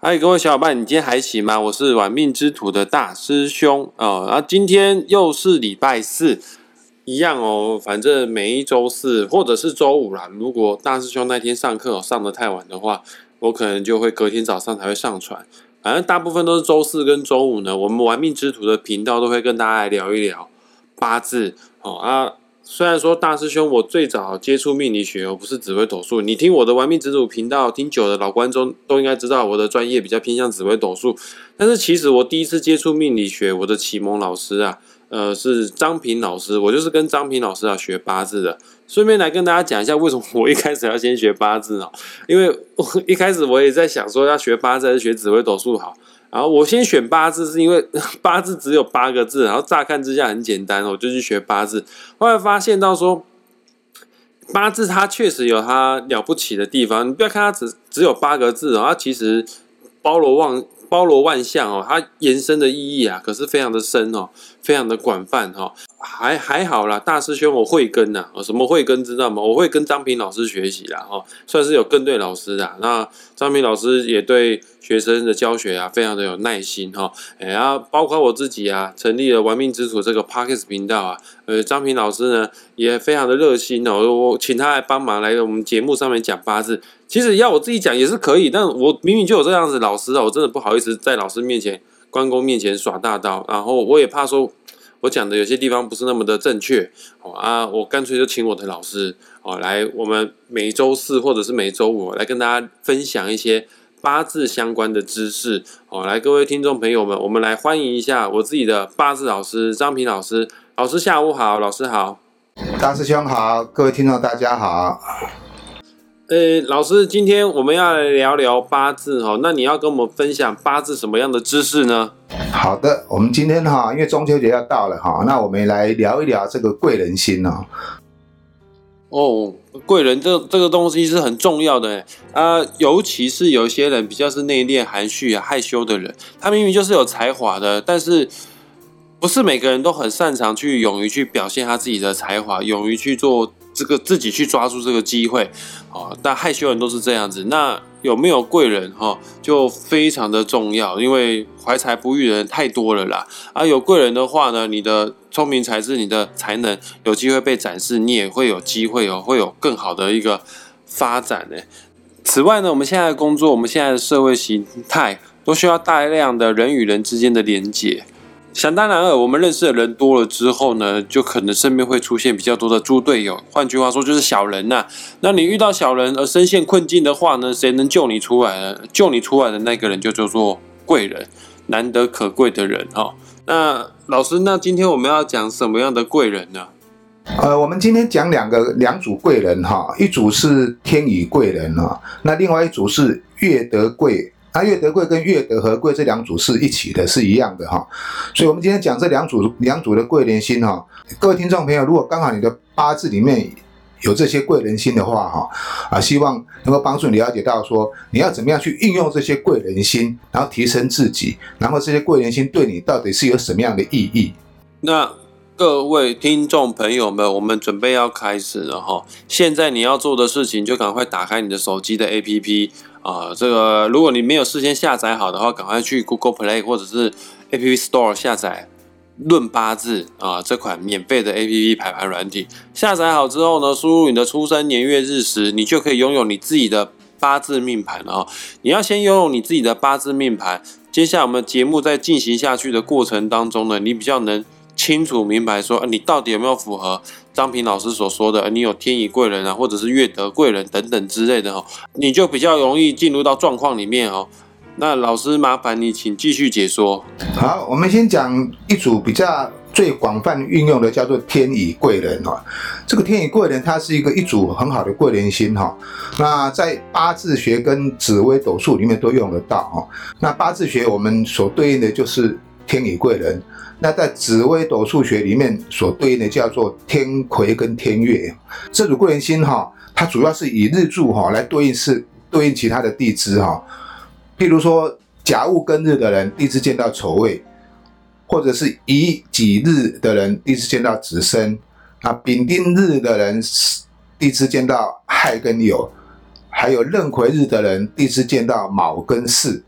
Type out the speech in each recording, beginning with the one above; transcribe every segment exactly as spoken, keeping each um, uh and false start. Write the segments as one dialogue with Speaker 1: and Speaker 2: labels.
Speaker 1: 嗨，各位小伙伴，你今天还行吗？我是玩命之徒的大师兄哦。然后今天又是礼拜四，一样哦。反正每一周四或者是周五啦，如果大师兄那天上课、哦、上得太晚的话，我可能就会隔天早上才会上传。反正大部分都是周四跟周五呢，我们玩命之徒的频道都会跟大家来聊一聊八字哦啊。虽然说大师兄我最早接触命理学，我不是紫微斗数，你听我的玩命之徒频道听久的老观众都应该知道我的专业比较偏向紫微斗数，但是其实我第一次接触命理学，我的启蒙老师啊，呃是张平老师，我就是跟张平老师啊学八字的。顺便来跟大家讲一下为什么我一开始要先学八字哦，因为我一开始我也在想说要学八字还是学紫微斗数好。然后我先选八字是因为八字只有八个字，然后乍看之下很简单，我就去学八字。后来发现到说，八字它确实有它了不起的地方。你不要看它只只有八个字哦，它其实包罗万包罗万象哦，它延伸的意义啊，可是非常的深哦，非常的广泛哦。还还好啦，大师兄我会跟呐、啊，什么会跟知道吗？我会跟张平老师学习啦，哦，算是有跟对老师啦。那张平老师也对学生的教学啊，非常的有耐心哈。哎，然后包括我自己啊，成立了玩命之徒这个 Podcast 频道啊，呃，张平老师呢也非常的热心哦，我请他来帮忙来我们节目上面讲八字。其实要我自己讲也是可以，但我明明就有这样子老师啊，我真的不好意思在老师面前、关公面前耍大刀，然后我也怕说。我讲的有些地方不是那么的正确哦啊，我干脆就请我的老师哦来，我们每周四或者是每周五来跟大家分享一些八字相关的知识哦。来，各位听众朋友们，我们来欢迎一下我自己的八字老师张平老师。老师下午好，老师好，
Speaker 2: 大师兄好，各位听众大家好。
Speaker 1: 呃，老师，今天我们要来聊聊八字哈，那你要跟我们分享八字什么样的知识呢？
Speaker 2: 好的，我们今天哈，因为中秋节要到了哈，那我们来聊一聊这个贵人心哦。
Speaker 1: 哦，贵人这这个东西是很重要的啊、呃，尤其是有一些人比较是内敛、含蓄啊、害羞的人，他明明就是有才华的，但是不是每个人都很擅长去勇于去表现他自己的才华，勇于去做这个自己去抓住这个机会哦。但害羞人都是这样子，那有没有贵人哈、哦，就非常的重要，因为怀才不遇的人太多了啦。啊，有贵人的话呢，你的聪明才智、你的才能有机会被展示，你也会有机会哦，会有更好的一个发展呢。此外呢，我们现在的工作，我们现在的社会形态都需要大量的人与人之间的连结。想当然尔，我们认识的人多了之后呢，就可能身边会出现比较多的猪队友，换句话说就是小人呐、啊。那你遇到小人而深陷困境的话呢，谁能救你出来呢？救你出来的那个人就叫做贵人，难得可贵的人哈、哦。那老师，那今天我们要讲什么样的贵人呢？
Speaker 2: 呃，我们今天讲两个两组贵人哈，一组是天乙贵人哈，那另外一组是月德贵。那月德贵跟月德合贵这两组是一起的，是一样的哈。所以我们今天讲这两组两组的贵人心哈，各位听众朋友，如果刚好你的八字里面有这些贵人心的话哈，啊，希望能够帮助你了解到说你要怎么样去运用这些贵人心，然后提升自己，然后这些贵人心对你到底是有什么样的意义？
Speaker 1: 那各位听众朋友们，我们准备要开始了哈。现在你要做的事情，就赶快打开你的手机的 A P P 啊、呃。这个如果你没有事先下载好的话，赶快去 Google Play 或者是 A P P Store 下载论八字啊、呃、这款免费的 A P P 排盘软体。下载好之后呢，输入你的出生年月日时，你就可以拥有你自己的八字命盘了哈。你要先拥有你自己的八字命盘，接下来我们节目在进行下去的过程当中呢，你比较能清楚明白说，你到底有没有符合张平老师所说的，你有天乙贵人啊，或者是月德贵人等等之类的哦，你就比较容易进入到状况里面哦。那老师麻烦你请继续解说。
Speaker 2: 好，我们先讲一组比较最广泛运用的，叫做天乙贵人哈。这个天乙贵人它是一个一组很好的贵人心哈。那在八字学跟紫微斗数里面都用得到哈。那八字学我们所对应的就是天乙贵人。那在紫微斗数学里面所对应的叫做天魁跟天月，这组贵人心哈，它主要是以日柱哈来对应是对应其他的地支哈，譬如说甲戊庚日的人地支见到丑未，或者是乙己日的人地支见到子申，啊丙丁日的人地支见到亥跟酉，还有壬癸日的人地支见到卯跟巳，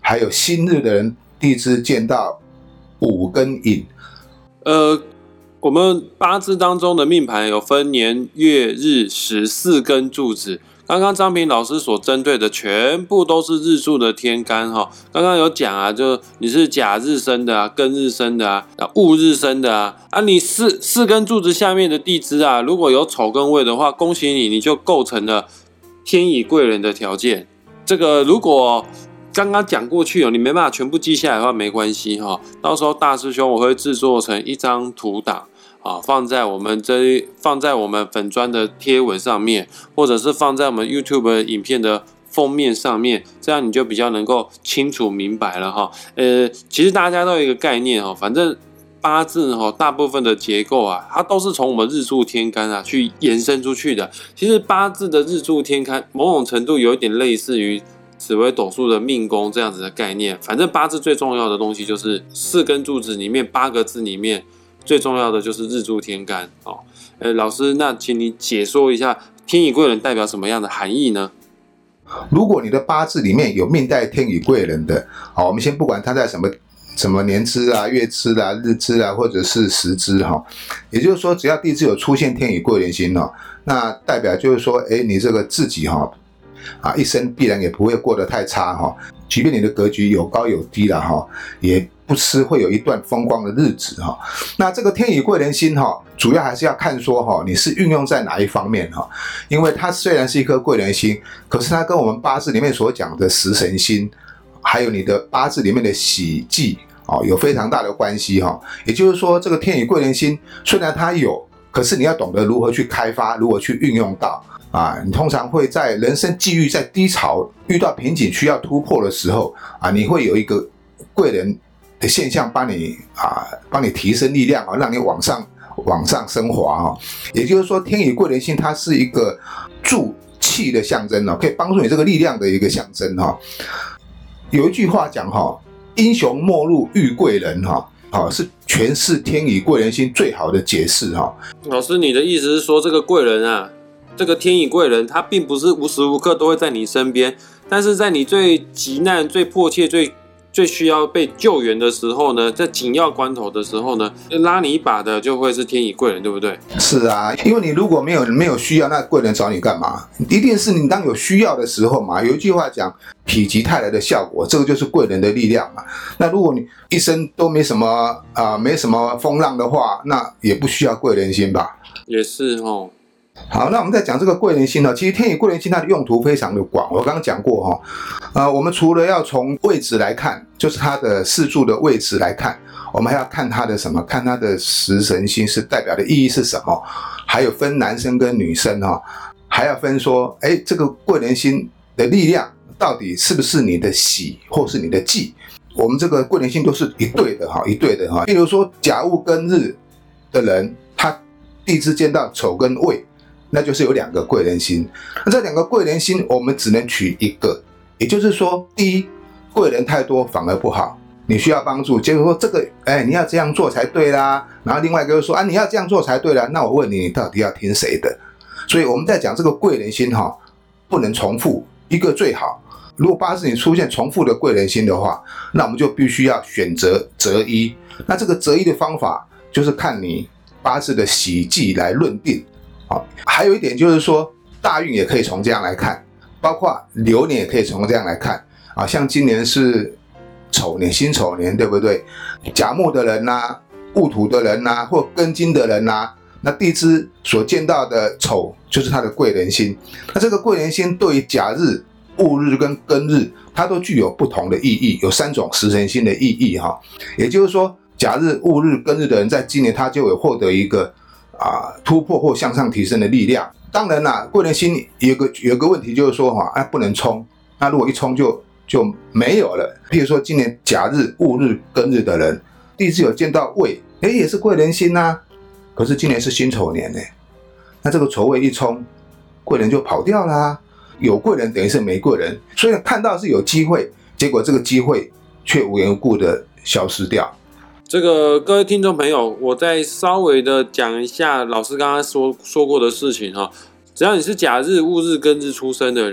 Speaker 2: 还有辛日的人地支见到午跟寅。
Speaker 1: 呃，我们八字当中的命盘有分年月日时四根柱子。刚刚张平老师所针对的全部都是日柱的天干哈。刚刚有讲啊，就你是甲日生的啊，庚日生的啊，戊日生的啊，啊你四四根柱子下面的地支啊，如果有丑跟未的话，恭喜你，你就构成了天乙贵人的条件。这个如果刚刚讲过去哦，你没办法全部记下来的话没关系哈，到时候大师兄我会制作成一张图档。啊，放在我们这放在我们粉专的贴文上面，或者是放在我们 YouTube 影片的封面上面，这样你就比较能够清楚明白了哈。呃，其实大家都有一个概念哈，反正八字哈，大部分的结构啊，它都是从我们日柱天干啊去延伸出去的。其实八字的日柱天干，某种程度有一点类似于紫微斗数的命宫这样子的概念。反正八字最重要的东西就是四根柱子里面八个字里面。最重要的就是日柱天干哦，呃，老师，那请你解说一下天乙贵人代表什么样的含义呢？
Speaker 2: 如果你的八字里面有命带天乙贵人的，好，我们先不管他在什么什么年支啊、月支啊、日支啊，或者是时支哈，也就是说，只要地支有出现天乙贵人星哦，那代表就是说，哎，你这个自己哈啊，一生必然也不会过得太差哈，即便你的格局有高有低了哈，也不失会有一段风光的日子哈。那这个天乙贵人星哈，主要还是要看说哈，你是运用在哪一方面哈。因为它虽然是一颗贵人星，可是它跟我们八字里面所讲的食神星，还有你的八字里面的喜忌哦，有非常大的关系哈。也就是说，这个天乙贵人星虽然它有，可是你要懂得如何去开发，如何去运用到。啊，你通常会在人生际遇在低潮、遇到瓶颈需要突破的时候啊，你会有一个贵人的现象帮你啊，帮你提升力量啊，让你往上往上升华哈。也就是说，天乙贵人星它是一个助气的象征哦，可以帮助你这个力量的一个象征哈。有一句话讲哈，英雄末路遇贵人哈。好，是诠释天乙贵人星最好的解释哈。
Speaker 1: 老师，你的意思是说，这个贵人啊？这个天乙贵人，他并不是无时无刻都会在你身边，但是在你最急难、最迫切、最最需要被救援的时候呢，在紧要关头的时候呢，拉你一把的就会是天乙贵人，对不对？
Speaker 2: 是啊，因为你如果没有没有需要，那贵人找你干嘛？一定是你当有需要的时候嘛。有一句话讲“否极泰来”的效果，这个就是贵人的力量嘛。那如果你一生都没什么啊、呃，没什么风浪的话，那也不需要贵人心吧？
Speaker 1: 也是哦。
Speaker 2: 好，那我们再讲这个贵人星呢，其实天乙贵人星它的用途非常的广，我刚刚讲过哈，呃，我们除了要从位置来看，就是它的四柱的位置来看，我们还要看它的什么？看它的食神星是代表的意义是什么？还有分男生跟女生哈，还要分说，哎，这个贵人星的力量到底是不是你的喜或是你的忌？我们这个贵人星都是一对的哈，一对的哈。例如说甲戊庚日的人，他地支见到丑跟未。那就是有两个贵人星，那这两个贵人星我们只能取一个，也就是说，第一，贵人太多反而不好，你需要帮助，结果说这个，哎，你要这样做才对啦，然后另外一个就说啊，你要这样做才对啦，那我问你，你到底要听谁的？所以我们在讲这个贵人星哈，不能重复，一个最好。如果八字里出现重复的贵人星的话，那我们就必须要选择择一。那这个择一的方法就是看你八字的喜忌来论定。好，还有一点就是说，大运也可以从这样来看，包括流年也可以从这样来看啊。像今年是丑年，辛丑年，对不对？甲木的人呐、啊，戊土的人呐、啊，或庚金的人呐、啊，那地支所见到的丑就是他的贵人星。那这个贵人星对于甲日、戊日跟庚日，它都具有不同的意义，有三种食神星的意义哈。也就是说，甲日、戊日、庚日的人，在今年他就有获得一个。啊，突破或向上提升的力量。当然啦，贵人星有个有个问题就是说哈，啊不能冲。那如果一冲就就没有了。譬如说今年甲日、戊日、庚日的人，地支有见到未，哎也是贵人星啊。可是今年是辛丑年呢，那这个丑未一冲，贵人就跑掉啦。有贵人等于是没贵人，虽然看到是有机会，结果这个机会却无缘无故的消失掉。
Speaker 1: 这个各位听众朋友，我再稍微的讲一下老师刚刚说说过的事情哈。只要你是甲日、戊日、庚日出生的人，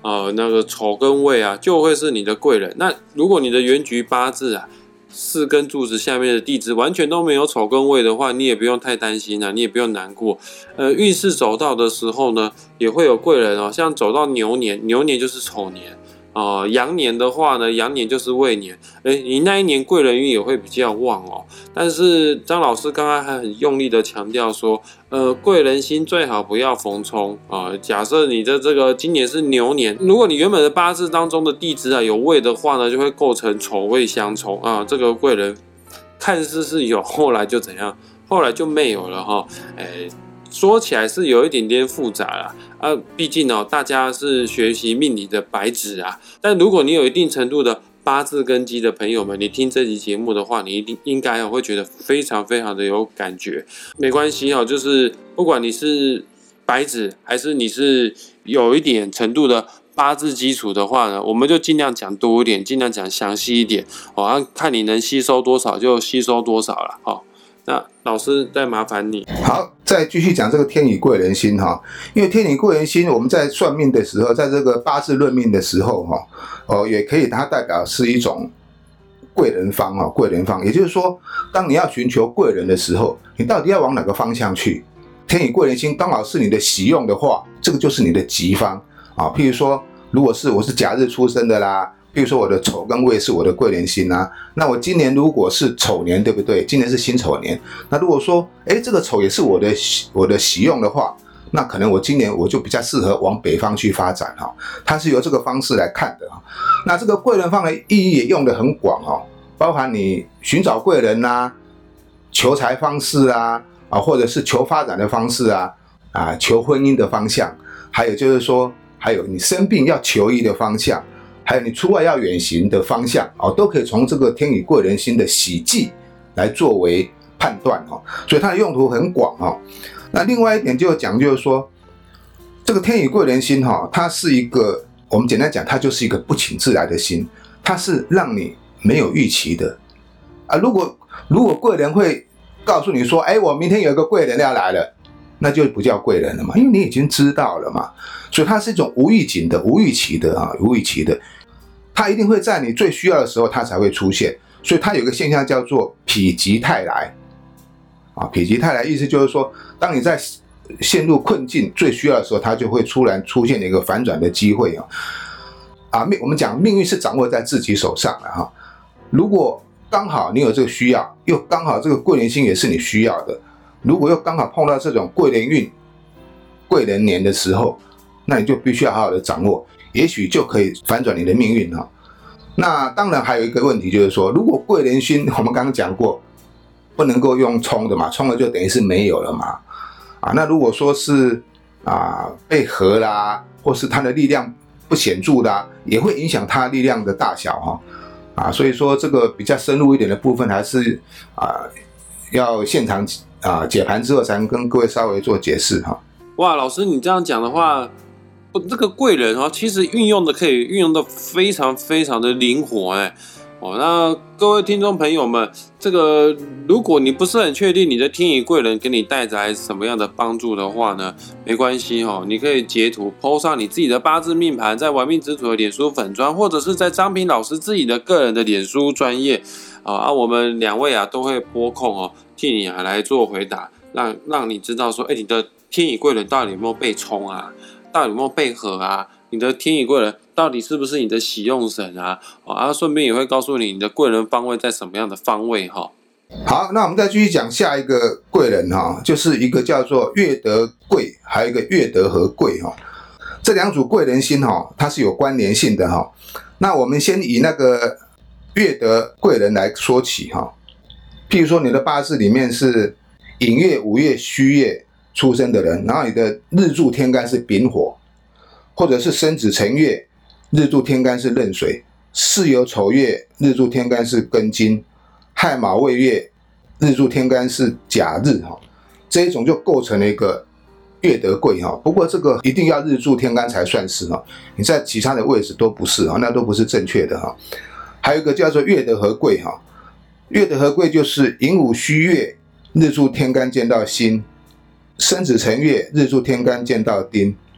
Speaker 1: 呃那个丑跟未啊，就会是你的贵人。那如果你的原局八字啊，四根柱子下面的地支完全都没有丑跟未的话，你也不用太担心啊，你也不用难过。呃，运势走到的时候呢，也会有贵人哦，像走到牛年，牛年就是丑年。呃，羊年的话呢，羊年就是未年，哎，你那一年贵人运也会比较旺哦。但是张老师刚刚还很用力的强调说，呃，贵人星最好不要逢冲啊、呃。假设你的这个今年是牛年，如果你原本的八字当中的地支啊有未的话呢，就会构成丑未相冲啊。这个贵人看似是有，后来就怎样？后来就没有了哈。哎，说起来是有一点点复杂啦。啊，毕竟哦，大家是学习命理的白纸啊。但如果你有一定程度的八字根基的朋友们，你听这集节目的话，你一定应该会觉得非常非常的有感觉。没关系哦，就是不管你是白纸还是你是有一点程度的八字基础的话呢，我们就尽量讲多一点，尽量讲详细一点哦，啊、看你能吸收多少就吸收多少了哦。那老师再麻烦你。
Speaker 2: 好，再继续讲这个天乙贵人星哈，因为天乙贵人星我们在算命的时候，在这个八字论命的时候哈，哦也可以它代表是一种贵人方哦，贵人方，也就是说，当你要寻求贵人的时候，你到底要往哪个方向去？天乙贵人星刚好是你的喜用的话，这个就是你的吉方啊。譬如说，如果是我是甲日出生的啦。比如说我的丑跟未是我的贵人星啊，那我今年如果是丑年，对不对？今年是辛丑年，那如果说，哎，这个丑也是我的我的喜用的话，那可能我今年我就比较适合往北方去发展哈。它是由这个方式来看的哈。那这个贵人方的意义也用得很广哦，包含你寻找贵人啊、求财方式啊，啊或者是求发展的方式啊，啊求婚姻的方向，还有就是说，还有你生病要求医的方向。还有你出外要远行的方向哦，都可以从这个天乙贵人星的喜忌来作为判断哦，所以它的用途很广哦。那另外一点就讲就是说，这个天乙贵人星哈，它是一个我们简单讲，它就是一个不请自来的星，它是让你没有预期的啊。如果如果贵人会告诉你说，哎，我明天有一个贵人要来了，那就不叫贵人了嘛，因为你已经知道了嘛。所以它是一种无预警的、无预期的啊，无预期的。它一定会在你最需要的时候，它才会出现。所以它有一个现象叫做否极泰来啊，否极泰来意思就是说，当你在陷入困境最需要的时候，它就会突然出现一个反转的机会啊。啊，命我们讲命运是掌握在自己手上的哈。如果刚好你有这个需要，又刚好这个贵人星也是你需要的，如果又刚好碰到这种贵人运、贵人年的时候，那你就必须要好好的掌握，也许就可以反转你的命运哈。那当然还有一个问题就是说，如果贵人星我们刚刚讲过，不能够用冲的嘛，冲了就等于是没有了嘛。啊，那如果说是啊被合啦，或是它的力量不显著的、啊，也会影响它力量的大小哈。啊，所以说这个比较深入一点的部分，还是啊要现场啊解盘之后才能跟各位稍微做解释哈。
Speaker 1: 哇，老师你这样讲的话，这个贵人哦，其实运用的可以运用的非常非常的灵活哎。哦，那各位听众朋友们，这个如果你不是很确定你的天乙贵人给你带来什么样的帮助的话呢，没关系哦，你可以截图 po 上你自己的八字命盘，在玩命之徒的脸书粉专，或者是在张平老师自己的个人的脸书专页啊，啊我们两位啊都会拨空哦，替你啊来做回答，让让你知道说，哎，你的天乙贵人到底有没有被冲啊，到底有没有被合啊？你的天乙贵人到底是不是你的喜用神啊？啊，顺便也会告诉你你的贵人方位在什么样的方位哈。
Speaker 2: 好，那我们再继续讲下一个贵人哈，就是一个叫做月德贵，还有一个月德和贵哈。这两组贵人星哈，它是有关联性的哈。那我们先以那个月德贵人来说起哈。譬如说你的八字里面是寅月、午月、戌月出生的人，然后你的日柱天干是丙火。或者是申子辰月，日柱天干是壬水；巳酉丑月，日柱天干是庚金；亥卯未月，日柱天干是甲日哈。这一种就构成了一个月德贵哈。不过这个一定要日柱天干才算是哈，你在其他的位置都不是哈，那都不是正确的哈。还有一个叫做月德和贵哈，月德和贵就是寅午戌月，日柱天干见到辛；申子辰月，日柱天干见到丁。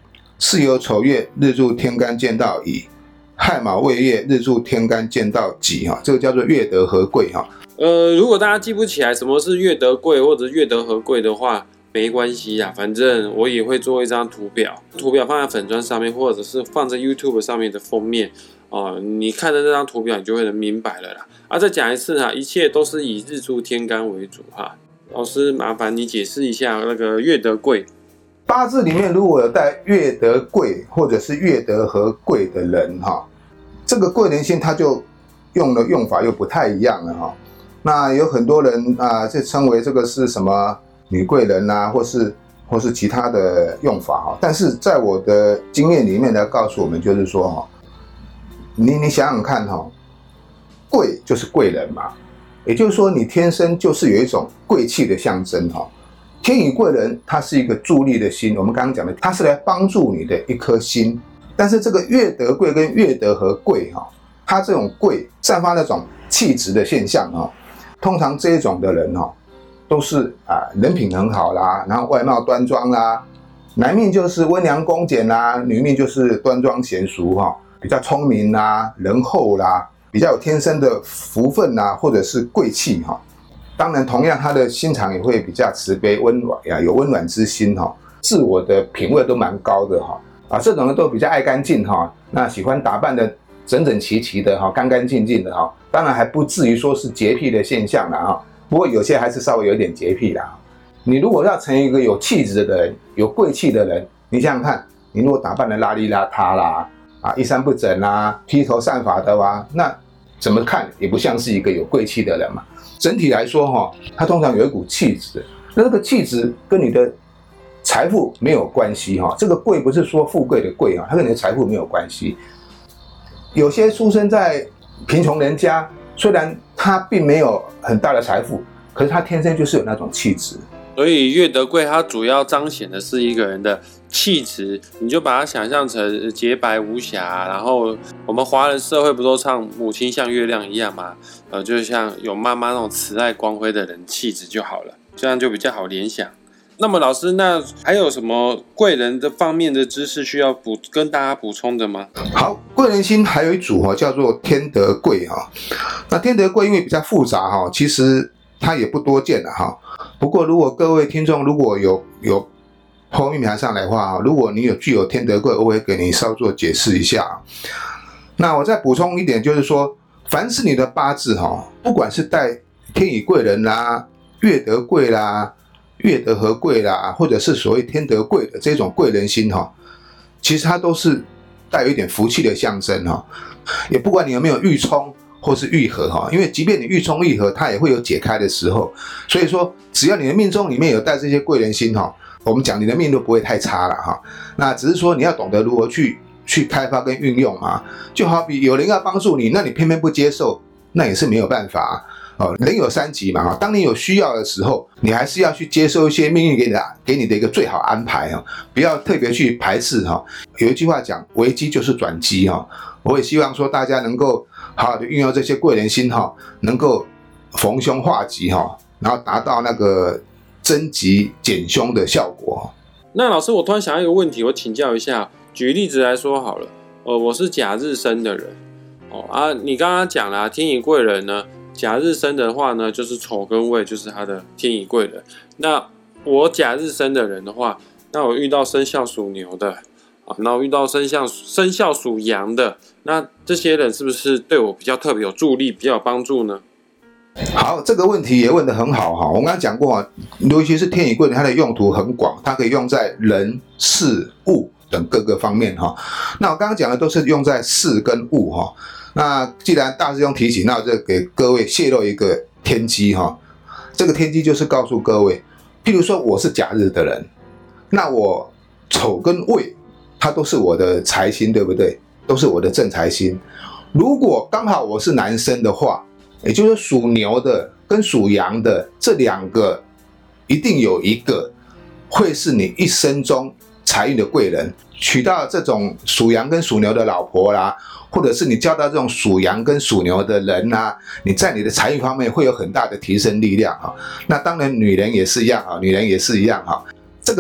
Speaker 2: 巳酉丑月日柱天干见到乙，亥卯未月日柱天干见到己哈，这个叫做月德合贵哈。
Speaker 1: 呃，如果大家记不起来什么是月德贵或者月德合贵的话，没关系呀，反正我也会做一张图表，图表放在粉专上面，或者是放在 YouTube 上面的封面哦、呃。你看着这张图表，你就会能明白了啦。啊，再讲一次哈，一切都是以日柱天干为主哈。老师，麻烦你解释一下那个月德贵。
Speaker 2: 八字里面如果有带月德贵或者是月德合贵的人哈，这个贵人星他就用的用法又不太一样了哈。那有很多人啊，就称为这个是什么女贵人啊，或是或是其他的用法哈。但是在我的经验里面来告诉我们，就是说哈，你你想想看哈，贵就是贵人嘛，也就是说你天生就是有一种贵气的象征哈。天乙贵人它是一个助力的心，我们刚刚讲的，它是来帮助你的一颗心。但是这个月德贵跟月德合贵哈，它这种贵散发那种气质的现象哈，通常这一种的人哈，都是啊人品很好啦，然后外貌端庄啦，男命就是温良恭俭啦，女命就是端庄贤淑哈，比较聪明啦，仁厚啦，比较有天生的福分啦，或者是贵气哈。当然，同样他的心肠也会比较慈悲温暖呀，有温暖之心哈，自我的品味都蛮高的哈。啊，这种人都比较爱干净哈，那喜欢打扮的整整齐齐的哈，干干净净的哈。当然还不至于说是洁癖的现象啦哈，不过有些还是稍微有点洁癖啦。你如果要成为一个有气质的人、有贵气的人，你想想看，你如果打扮的邋里邋遢啦，啊衣衫不整啦，披头散发的哇，那怎么看也不像是一个有贵气的人嘛。整体来说哈，它通常有一股气质，那这个气质跟你的财富没有关系哈。这个贵不是说富贵的贵哈，它跟你的财富没有关系。有些出生在贫穷人家，虽然他并没有很大的财富，可是他天生就是有那种气质。
Speaker 1: 所以月德贵它主要彰显的是一个人的气质，你就把它想象成洁白无瑕，然后我们华人社会不都唱母亲像月亮一样吗？呃，就像有妈妈那种慈爱光辉的人气质就好了，这样就比较好联想。那么老师，那还有什么贵人的方面的知识需要补跟大家补充的吗？
Speaker 2: 好，贵人星还有一组哈，叫做天德贵哈。那天德贵因为比较复杂哈，其实它也不多见了哈。不过如果各位听众如果有有抛命盘上来的话，如果你有具有天德贵，我会给你稍作解释一下。那我再补充一点，就是说，凡是你的八字哈，不管是带天乙贵人啦、月德贵啦、月德合贵啦，或者是所谓天德贵的这种贵人星哈，其实它都是带有一点福气的象征哈。也不管你有没有遇冲或是愈合哈，因为即便你愈冲愈合，它也会有解开的时候。所以说，只要你的命中里面有带这些贵人星哈，我们讲你的命都不会太差了哈。那只是说你要懂得如何去去开发跟运用嘛。就好比有人要帮助你，那你偏偏不接受，那也是没有办法哦。人有三急嘛哈，当你有需要的时候，你还是要去接受一些命运给你的给你的一个最好安排哈，不要特别去排斥哈。有一句话讲，危机就是转机哈。我也希望说大家能够好好的运用这些贵人星哈，能够逢凶化吉哈，然后达到那个增吉减凶的效果。
Speaker 1: 那老师，我突然想到一个问题，我请教一下。举例子来说好了，呃，我是甲日生的人，哦啊，你刚刚讲了、啊、天乙贵人呢，甲日生的话呢，就是丑跟未就是他的天乙贵人。那我甲日生的人的话，那我遇到生肖属牛的。啊，那我遇到生肖生肖属羊的，那这些人是不是对我比较特别有助力，比较有帮助呢？
Speaker 2: 好，这个问题也问得很好哈。我刚刚讲过啊，尤其是天乙贵人，它的用途很广，它可以用在人、事、物等各个方面哈。那我刚刚讲的都是用在事跟物哈。那既然大师兄提起，那我就给各位泄露一个天机哈。这个天机就是告诉各位，譬如说我是甲日的人，那我丑跟未，它都是我的财星，对不对？都是我的正财星。如果刚好我是男生的话，也就是属牛的跟属羊的这两个，一定有一个会是你一生中财运的贵人。娶到这种属羊跟属牛的老婆啦，或者是你交到这种属羊跟属牛的人啦，你在你的财运方面会有很大的提升力量哈。那当然女人也是一样哈，女人也是一样哈。这个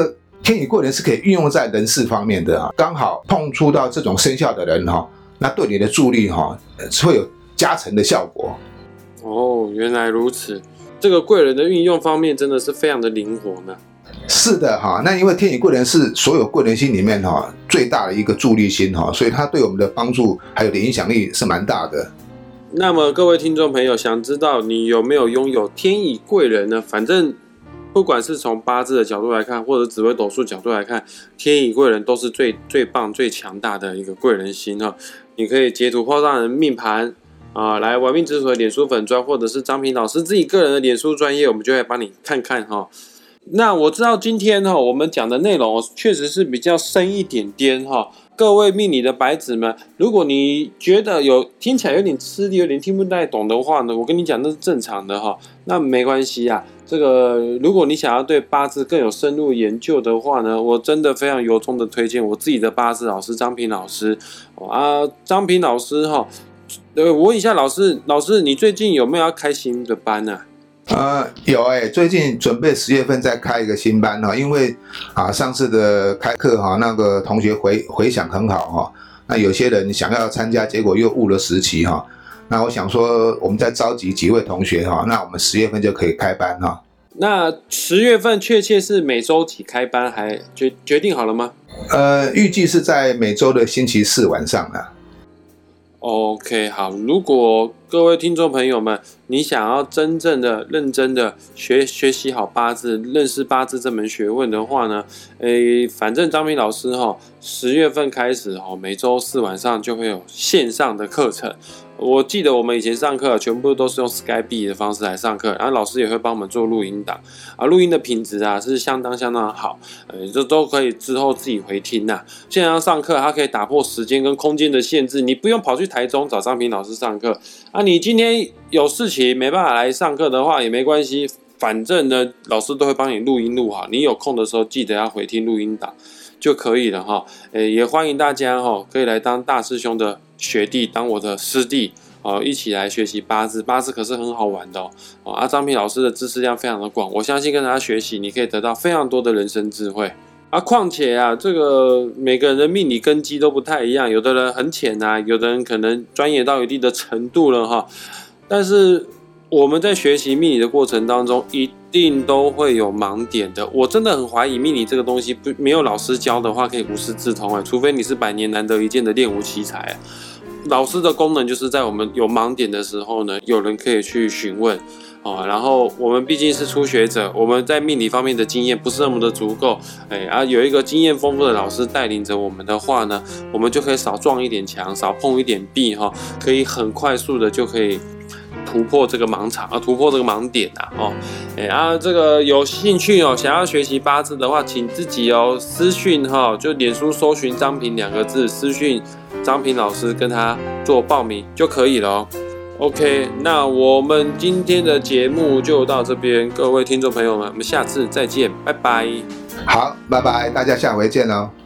Speaker 2: 天乙贵人是可以运用在人事方面的啊，刚好碰触到这种生肖的人哈，那对你的助力哈会有加成的效果。
Speaker 1: 哦，原来如此，这个贵人的运用方面真的是非常的灵活呢。
Speaker 2: 是的哈，那因为天乙贵人是所有贵人星里面哈最大的一个助力星哈，所以它对我们的帮助还有的影响力是蛮大的。
Speaker 1: 那么各位听众朋友，想知道你有没有拥有天乙贵人呢？反正不管是从八字的角度来看，或者紫微斗数角度来看，天乙贵人都是最最棒、最强大的一个贵人星哈。你可以截图PO上人命盘啊，来玩命之徒的脸书粉专，或者是张平老师自己个人的脸书专业，我们就会帮你看看哈。那我知道今天哈我们讲的内容确实是比较深一点点哈。各位命理的白纸们，如果你觉得有听起来有点吃力，有点听不太懂的话呢，我跟你讲那是正常的哈，那没关系啊。这个如果你想要对八字更有深入研究的话呢，我真的非常由衷的推荐我自己的八字老师张平老师啊，张平老师哈，呃，我问一下老师，老师你最近有没有要开新的班啊？
Speaker 2: 呃，有哎、欸，最近准备十月份再开一个新班哈，因为啊上次的开课哈，那个同学回回响很好哈，那有些人想要参加，结果又误了时期哈。那我想说，我们再召集几位同学哈，那我们十月份就可以开班哈。
Speaker 1: 那十月份确切是每周几开班，还决决定好了吗？
Speaker 2: 呃，预计是在每周的星期四晚上啦。
Speaker 1: OK， 好，如果各位听众朋友们，你想要真正的、认真的学学习好八字、认识八字这门学问的话呢，诶，反正张平老师哈，十月份开始哈，每周四晚上就会有线上的课程。我记得我们以前上课全部都是用 Skype 的方式来上课，然后老师也会帮我们做录音档啊，录音的品质啊是相当相当好，呃，这都可以之后自己回听呐、啊。线上上课它可以打破时间跟空间的限制，你不用跑去台中找张平老师上课啊，你今天有事情没办法来上课的话也没关系，反正呢老师都会帮你录音录好，你有空的时候记得要回听录音档就可以了哈。诶，也欢迎大家哈可以来当大师兄的学弟，当我的师弟哦，一起来学习八字。八字可是很好玩的哦。哦啊，张平老师的知识量非常的广，我相信跟他学习，你可以得到非常多的人生智慧啊。况且啊，这个每个人的命理根基都不太一样，有的人很浅啊，有的人可能专业到一定的程度了哈。但是我们在学习命理的过程当中，一定都会有盲点的。我真的很怀疑命理这个东西不没有老师教的话，可以无师自通哎，除非你是百年难得一见的练武奇才啊。老师的功能就是在我们有盲点的时候呢，有人可以去询问哦。然后我们毕竟是初学者，我们在命理方面的经验不是那么的足够，哎啊，有一个经验丰富的老师带领着我们的话呢，我们就可以少撞一点墙，少碰一点壁哈、哦，可以很快速的就可以突破这个盲场啊，突破这个盲点啊，哦，哎啊，这个有兴趣哦，想要学习八字的话，请自己哦私讯哈、哦，就脸书搜寻张平两个字，私讯张平老师跟他做报名就可以了哦。OK， 那我们今天的节目就到这边，各位听众朋友们，我们下次再见，拜拜。
Speaker 2: 好，拜拜，大家下回见哦。